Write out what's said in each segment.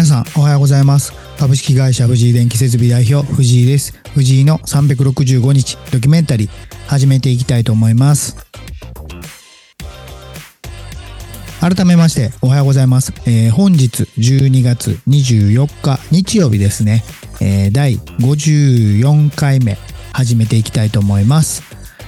皆さんおはようございます。株式会社藤井電気設備代表藤井です。藤井の365日ドキュメンタリー始めていきたいと思います。改めましておはようございます。本日12月24日日曜日ですね。第54回目始めていきたいと思います。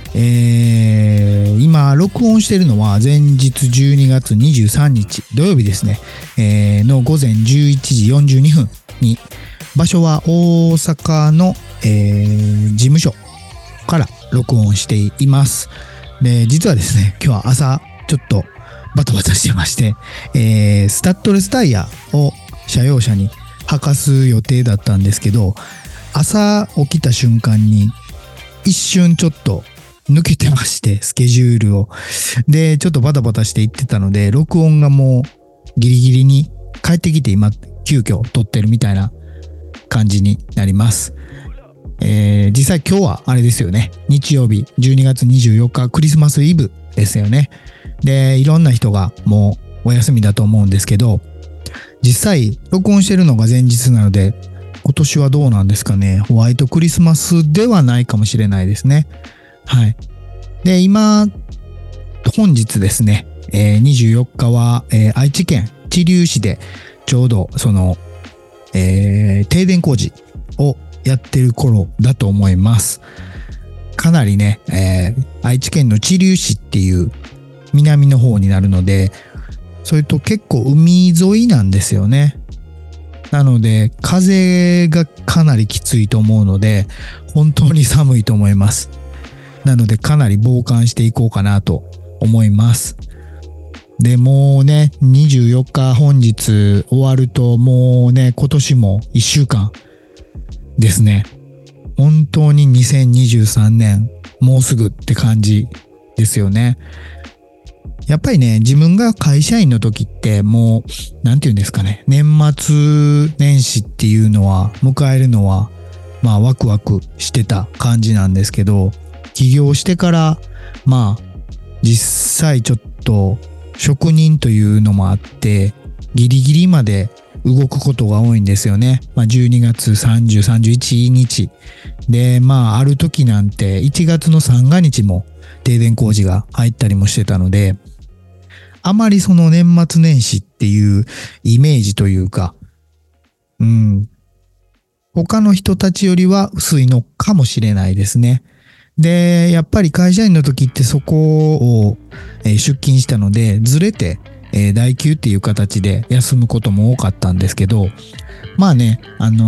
今録音しているのは前日12月23日土曜日ですね、の午前11時42分に場所は大阪の、事務所から録音しています。で、実はですね、今日は朝ちょっとバタバタしてまして、スタッドレスタイヤを車用車に履かす予定だったんですけど、朝起きた瞬間に一瞬ちょっと抜けてまして、スケジュールを。で、ちょっとバタバタしていってたので、録音がもうギリギリに帰ってきて今、急遽撮ってるみたいな感じになります。実際今日はあれですよね。日曜日12月24日クリスマスイブですよね。で、いろんな人がもうお休みだと思うんですけど、実際録音してるのが前日なので、今年はどうなんですかね。ホワイトクリスマスではないかもしれないですね。はい。で、本日ですね、24日は、愛知県知立市でちょうどその、停電工事をやってる頃だと思います。かなりね、愛知県の知立市っていう南の方になるので、それと結構海沿いなんですよね。なので、風がかなりきついと思うので、本当に寒いと思います。なのでかなり防寒していこうかなと思います。で、もうね、24日本日終わるともうね、今年も1週間ですね。本当に2023年もうすぐって感じですよね。やっぱりね、自分が会社員の時ってもう、なんていうんですかね、年末年始っていうのは、迎えるのは、まあワクワクしてた感じなんですけど、起業してからまあ実際ちょっと職人というのもあってギリギリまで動くことが多いんですよね。まあ12月30、31日で、まあある時なんて1月の三が日も停電工事が入ったりもしてたので、あまりその年末年始っていうイメージというか、他の人たちよりは薄いのかもしれないですね。で、やっぱり会社員の時ってそこを出勤したので、ずれて代休っていう形で休むことも多かったんですけど、まあね、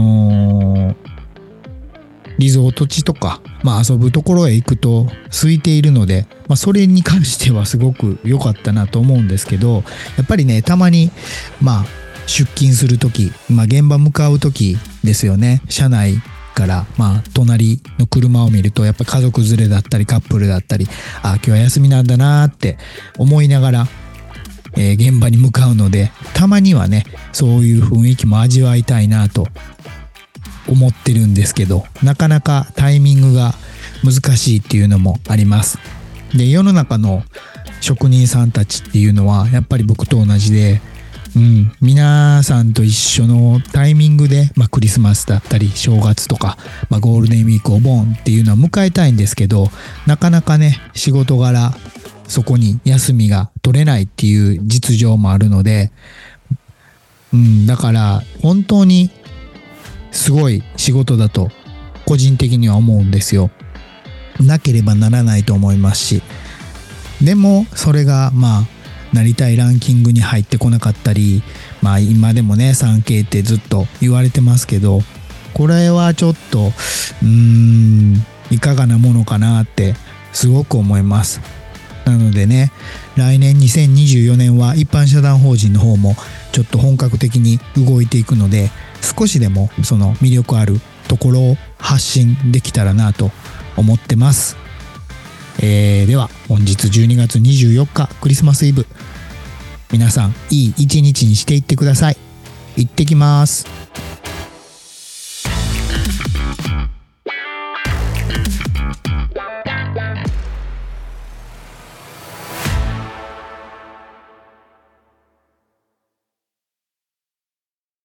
リゾート地とか、まあ遊ぶところへ行くと空いているので、まあそれに関してはすごく良かったなと思うんですけど、やっぱりね、たまに、まあ出勤する時、まあ現場向かう時ですよね、車内からまあ隣の車を見るとやっぱ家族連れだったりカップルだったり、今日は休みなんだなーって思いながら、現場に向かうので、たまにはねそういう雰囲気も味わいたいなと思ってるんですけど、なかなかタイミングが難しいっていうのもあります。で、世の中の職人さんたちっていうのはやっぱり僕と同じで、皆さんと一緒のタイミングで、まあクリスマスだったり正月とか、まあゴールデンウィークお盆っていうのは迎えたいんですけど、なかなかね仕事柄そこに休みが取れないっていう実情もあるので、だから本当にすごい仕事だと個人的には思うんですよ。なければならないと思いますし、でもそれがまあなりたいランキングに入ってこなかったり、まあ今でもね 3K ってずっと言われてますけど、これはちょっといかがなものかなってすごく思います。なのでね、来年2024年は一般社団法人の方もちょっと本格的に動いていくので、少しでもその魅力あるところを発信できたらなと思ってます。では本日12月24日クリスマスイブ、皆さんいい一日にしていってください。行ってきます。